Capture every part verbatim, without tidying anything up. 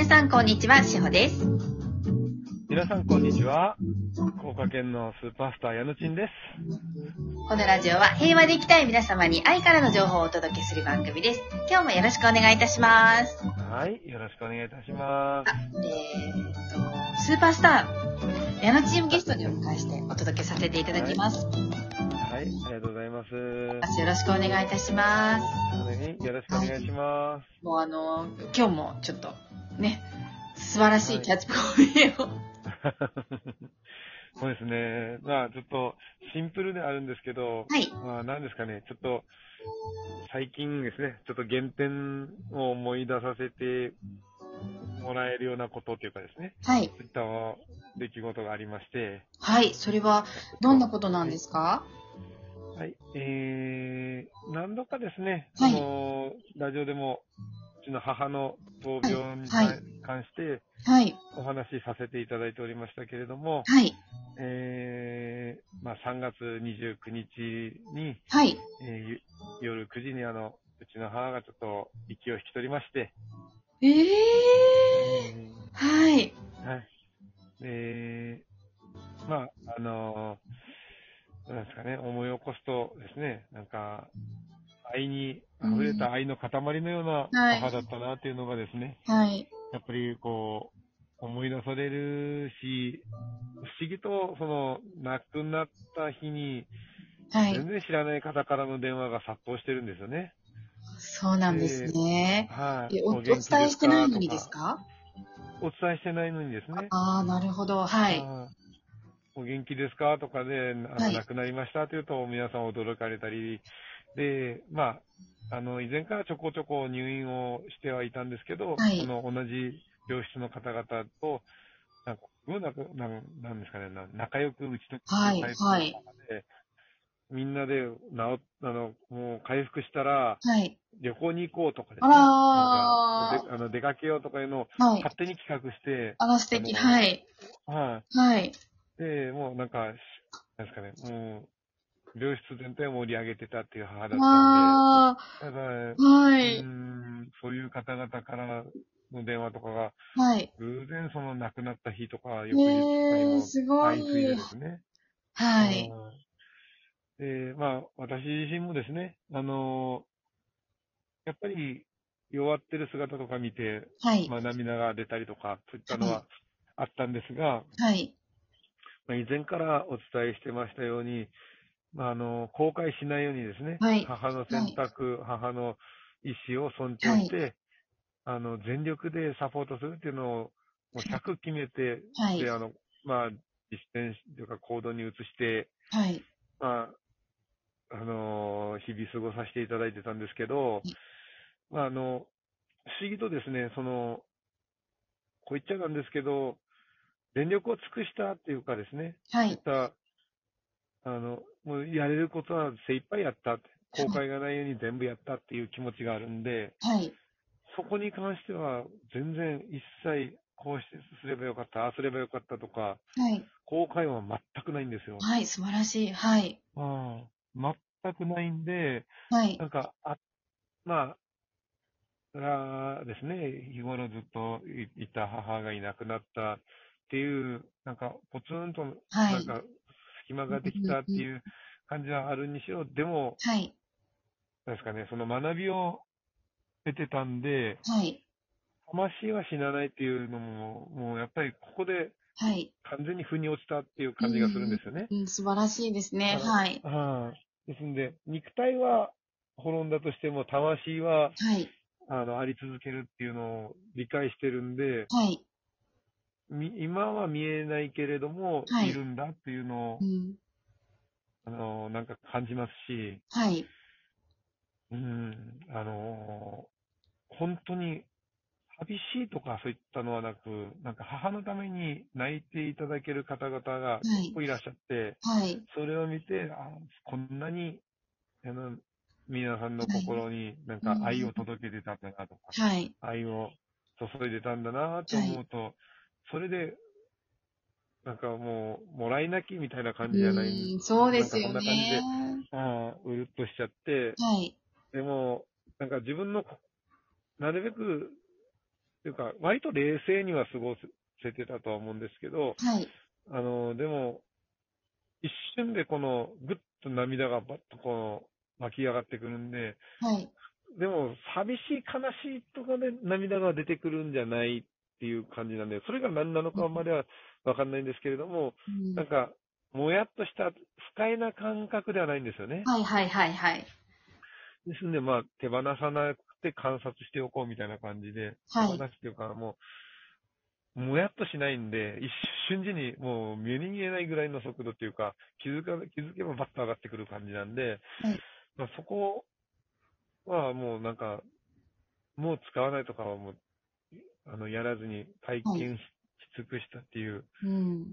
さんこんにちは、しほです。 皆さんこんにちは。福岡県のスーパースター矢野ちんです。 このラジオは平和で生きたい皆様に愛からの情報をお届けする番組です。今日もよろしくお願いいたします。 はい、よろしくお願いいたします。 えー、っと、スーパースター、矢野チームゲストにお迎えしてお届けさせていただきます。 はい、はい、ありがとうございます。 よろしくお願いいたします。 よろしくお願いします。はい、 もうあの、今日もちょっとね、素晴らしいキャッチコピーを。 そうですね。まあちょっとシンプルであるんですけど、 はい。 まあ何ですかね、ちょっと最近ですね、ちょっと原点を思い出させてもらえるようなことというかですね、 はい。 そういった出来事がありまして。 はい、それはどんなことなんですか？ はい、えー、何度かですね、 はい、 そのラジオでもうちの母の闘病にはい、 関してお話しさせていただいておりましたけれども、 はい、 えー、まあさんがつにじゅうくにちに、 はい、 えー、夜くじにあのうちの母がちょっと息を引き取りまして、 えー、 えー、 はい、 はい、えー、まああのー、なんですかね、思い起こすとですね、なんか愛に溢れた愛の塊のような母だったなっていうのがですね、 はい、 やっぱりこう思い出されるし、不思議とその亡くなった日に全然知らない方からの電話が殺到してるんですよね。 そうなんですね。 はい、 お、おお元気伝えですしてないのにですかとか、 か？ お伝えしてないのにですね、 ああ、なるほど。はい。 あお元気ですかとかで、あの、 はい。 亡くなりましたというと皆さん驚かれたり、で、まあ、あの、以前からちょこちょこ入院をしてはいたんですけど、 はい。 その同じ病室の方々と、なんか、なんなんなんですかね、な仲良く打ち解けはい。 るタイプのはい。 方で、みんなで治っ、あの、もう回復したら、 はい。 旅行に行こうとかであすね、なんか、で、 らあの、出かけようとかいうのをー。はい。 勝手に企画して、 あら、素あ敵。はの、 い。 はい。 はい。 で、もうなんか、なんですかね、もう、病室全体を盛り上げてたっていう母だったんで、 あただ、うあ、はーい。 ん、そういう方々からの電話とかが、 はい。 偶然その亡くなった日とか、翌日とかにえー、 もすご相次いでい。 ですね。 はい。 うんで、まあ、私自身もですね、あの、やっぱり弱ってる姿とか見て、 はい。 まあ、涙が出たりとか、そういったのはい。 はあったんですが、 はい。 まあ、以前からお伝えしてましたように、まあ、あの、後悔しないようにですね、 はい。 母のはい。 選択、母の意思を尊重はい。 して、あの、全力でサポートするっていうのを、もうひゃく決めて、 はい。 で、あの、まあ、実践というか行動に移して、 はい。 まあ、あの、日々過ごさせていただいてたんですけど、まあ、あの、不思議とですね、その、こう言っちゃなんですけど、全力を尽くしたっていうかですね、 はい。 そういった、あの、もうやれることは精一杯やったって、後悔がないように全部やったっていう気持ちがあるんで、 はい。 そこに関しては全然一切こうしてすればよかった、ああすればよかったとか、 はい。 後悔は全くないんですよ。 はい。素晴らしい。はい。 ああ、全くないんで、 はい。 なんか、あ、まあ、それはですね、日頃ずっといいた母がいなくなったっていう、なんか、ポツンと、 はい。 なんか、隙間ができたっていう感じはあるにしろ、でも、 はい。 なんですかね、その学びを得てたんで、 はい。 魂は死なないっていうのも、もうやっぱりここではい。 完全に腑に落ちたっていうう感じがするんん、 ですよね。 うん、素晴らしいですね。 あの、 はい。 はい。ですんで、肉体は滅んだとしても、魂は、 はい。 あの、あり続けるっていうのを理解してるんで、 はい。 み今は見えないけれども、 はい。 いるんだっていうのを、 うん。 あの、なんか感じますし、 はい。 うん、あの、本当に寂しいとかそういったのはなく、なんか母のために泣いていただける方々がはい。 結構いらっしゃって、 はい。 それを見て、あ、こんなに、あの、皆さんのはい。 心になんうか愛をん。 届けてたんだなとか、 はい。 愛を注いでたんだなってはい。 思うと、それで、なんかもう、もらい泣きみたいな感じじゃない、 うん、そうでなんかそすよんな感じで、 ね。 ああ、うるっとしちゃって、 はい。 でも、なんか自分の、なるべくというか、割と冷静には過ごせてたとは思うんですけど、 はい。 あの、でも、一瞬でこの、ぐっと涙がバッとこの、湧き上がってくるんで、 はい。 でも、寂しい、悲しいとかで涙が出てくるんじゃないっていう感じなんで、それが何なのかまではわかんないんですけれども、 うん。 なんか、もやっとした不快な感覚ではないんですよね。 はいはいはいはい。 ですんで、まあ、手放さなくて観察しておこうみたいな感じで、手放すはい。 っていうか、もう、もやっとしないんで、一瞬時にもう目に見えないぐらいの速度っていうか、気づか、気づけばバッと上がってくる感じなんで、 はい。 まあ、そこはもうなんか、もう使わないとかはもう、あの、やらずに体はい。 験し尽くしたっていううん。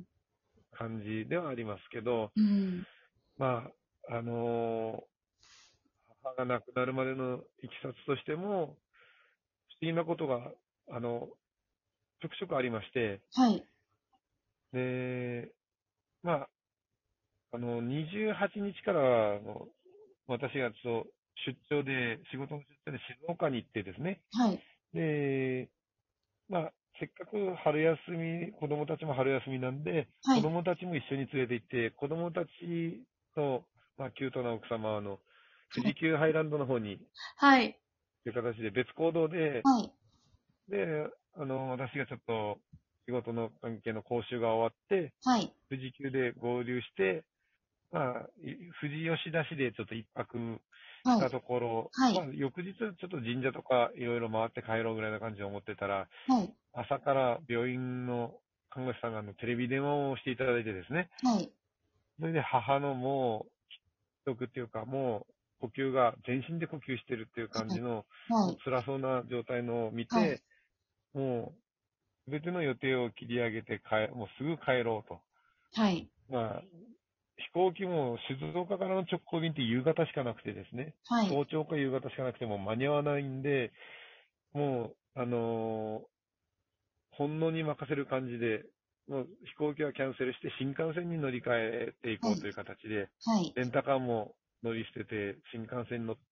感じではありますけど、 うん。 まあ、あのー母が亡くなるまでのいきさつとしても、不思議なことが、あの、ちょくちょくありまして、 はい。 で、まあ、あの、にじゅうはちにちからの、私がちょっと出張で、仕事の出張で静岡に行ってですね、 はい。 で、まあ、せっかく春休み、子供たちも春休みなんで、 はい。 子供たちも一緒に連れて行って、子供たちと、まあ、キュートな奥様の富士急ハイランドの方に、 はい。 という形で別行動で、 はい。 で、あの、私がちょっと仕事の関係の講習が終わって、 はい。 富士急で合流して、まあ、い富士吉田市でちょっと一泊したはい。 ところ、まあ、 はい。 翌日ちょっと神社とかいろいろ回って帰ろうぐらいな感じで思ってたら、 はい。 朝から病院の看護師さんがあのテレビ電話をしていただいてですね、 はい。 それで母のもう、既得っていうか、もう呼吸が全身で呼吸してるっていう感じの、もうはい。 辛そうな状態のを見はい。 て、もう、すべての予定を切り上げて帰、もうすぐ帰ろうと。 はい。 まあ、飛行機も静岡からの直行便って夕方しかなくてですね、 はい。 早朝か夕方しかなくても間に合わないんで、もう、あのー本能に任せる感じで、もう飛行機はキャンセルして新幹線に乗り換えていはい。 こうという形で、 はい。 レンタカーも乗り捨てて新幹線に乗って、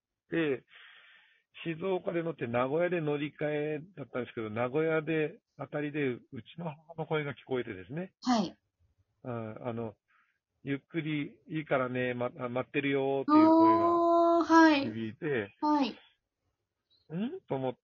静岡で乗って名古屋で乗り換えだったんですけど、名古屋で、あたりでうちの母の声が聞こえてですね、 はい。 ああの、ゆっくりいいからね、ま、待ってるよっていう声がおー、はい。 響いて、 はい。 んと思って、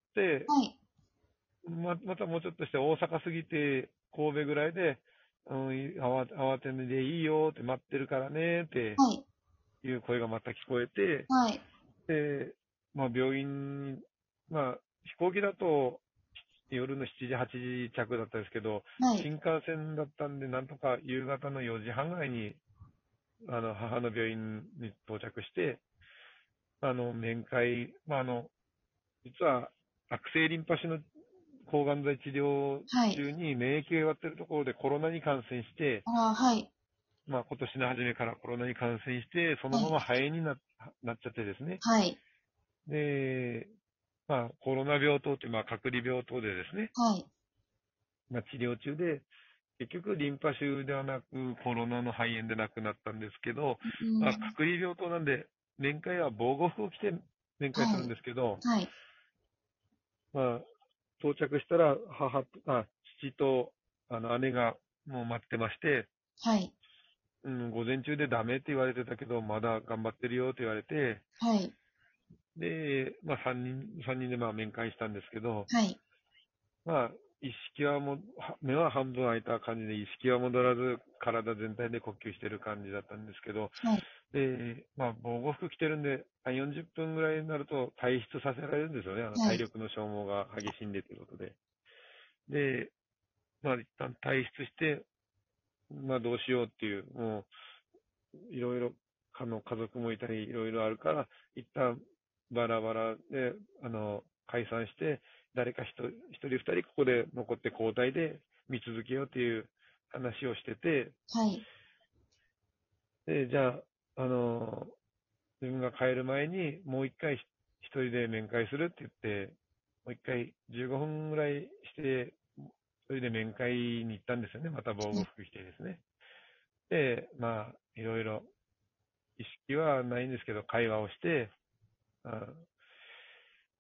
はい。 ま、またもうちょっとして大阪過ぎて神戸ぐらいで、うん、慌慌てんでいいよって待ってるからねってはい。 いう声がまた聞こえて、 はい。 で、まあ病院に、まあ飛行機だと夜のしちじ、はちじ着だったんですけど、 はい。 新幹線だったんで、なんとか夕方のよじはんぐらいに、あの、母の病院に到着して、あの、面会、まあ、あの、実は悪性リンパ腫の抗がん剤治療はい。 中に免疫が弱っているところでコロナに感染して、 あー、はい。 まあ、今年の初めからコロナに感染して、そのはい。 まま肺炎にななっちゃってですね。 はい。 で、まあ、コロナ病棟っていう、まあ、隔離病棟でですね、 はい。 まあ、治療中で、結局、リンパ腫ではなく、コロナの肺炎で亡くなったんですけど、 うまあ、 ん。 隔離病棟なんで、面会は防護服を着て面会するんはい。 ですけど、 はい。 まあ、到着したら、母と、あ、父と、あの、姉がもう待ってまして、 はい。 うん、午前中でダメって言われてたけど、まだ頑張ってるよって言われて、 はい。 で、まあ、三人、三人でまあ面会したんですけど、 はい。 まあ、意識はも、は目は半分開いた感じで、意識は戻らず、体全体で呼吸してる感じだったんですけど、 はい。 で、まあ、防護服着てるんで、よんじゅっぷんぐらいになると退出させられるんですよね。あの、 はい。 体力の消耗が激しいんでということで。で、まあ、一旦退出して、まあ、どうしようっていう、もう、いろいろ、あの、家族もいたり、いろいろあるから、一旦、バラバラで、あの、解散して、誰か一人、一人二人ここで残って交代で見続けようっていう話をしてて、 はい。 で、じゃあ、あの、自分が帰る前に、もう一回一人で面会するって言って、もう一回じゅうごふんぐらいして、一人で面会に行ったんですよね。また防護服着てですね。で、まあ、いろいろ意識はないんですけど、会話をして、あ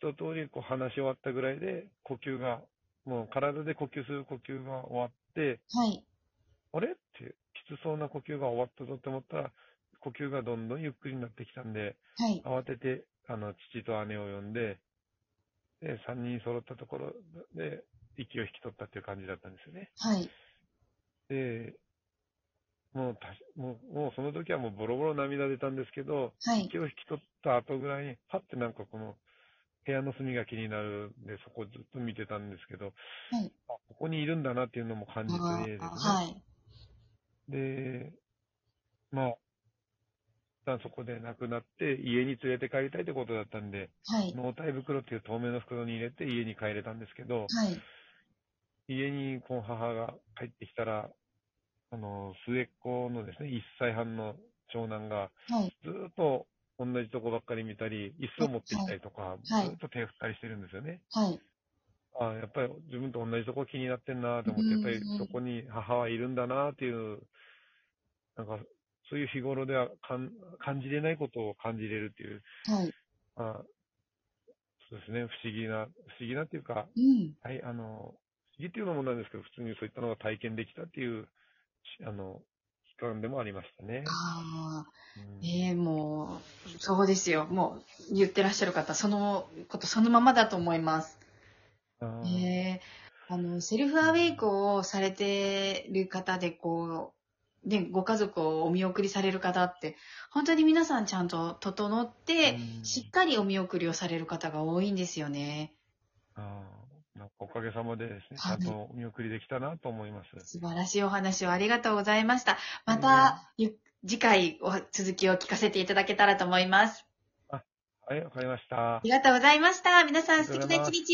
一通りこう話し終わったぐらいで、呼吸が、もう体で呼吸する呼吸が終わって、 はい。 あれって、きつそうな呼吸が終わったぞって思ったら、呼吸がどんどんゆっくりになってきたんで、 はい。 慌てて、あの、父と姉を呼んで、で、さんにん揃ったところで、息を引き取ったっていう感じだったんですよね。 はい。 で、もうたし、もう、もうその時はもうボロボロ涙出たんですけど、 はい。 息を引き取った後ぐらいに、はってなんかこの部屋の隅が気になるんで、そこをずっと見てたんですけど、 はい。 あ、ここにいるんだなっていうのも感じてああ、 ですね。 はい。 で、まあ、一旦そこで亡くなって家に連れて帰りたいってことだったんで、 はい。 納体袋っていう透明の袋に入れて家に帰れたんですけど、 はい。 家にこう母が帰ってきたら、あの、末っ子のですね、いっさいはんの長男が、 はい。 ずーっと同じとこばっかり見たり、椅子を持ってきたりとか、 はい。 ずーっと手を振ったりしてるんですよね。 はい。 ああ、やっぱり自分と同じとこ気になってんなうと思って、やっぱりーん。 そこに母はいるんだなっていう、なんか、そういう日頃ではかん感じれないことを感じれるっていう、 はい。 まあ、そうですね、不思議な、不思議なっていうか、 うん。 はい、あの、不思議っていうのもなんですけど、普通にそういったのが体験できたっていう、しあの、期間でもありましたね。 ああ、 うん。 ええもう、そうですよ。もう、言ってらっしゃる方、そのことそのままだと思います。 あえあ、 えあの、セルフアウェイクをされてる方で、こう、ね、ご家族をお見送りされる方って、本当に皆さんちゃんと整っうて、しっん。 かりお見送りをされる方が多いんですよね。 ああ、なんかおかげさまでですね、ちゃんはい。 とお見送りできたなと思います。 素晴らしいお話をありがとうございました。まいえいえ。 た、ゆ次回お続きを聞かせていただけたらと思います。 あ、はい、わかりました。あありがとうございました。皆さん素りがとうございます。 敵な一日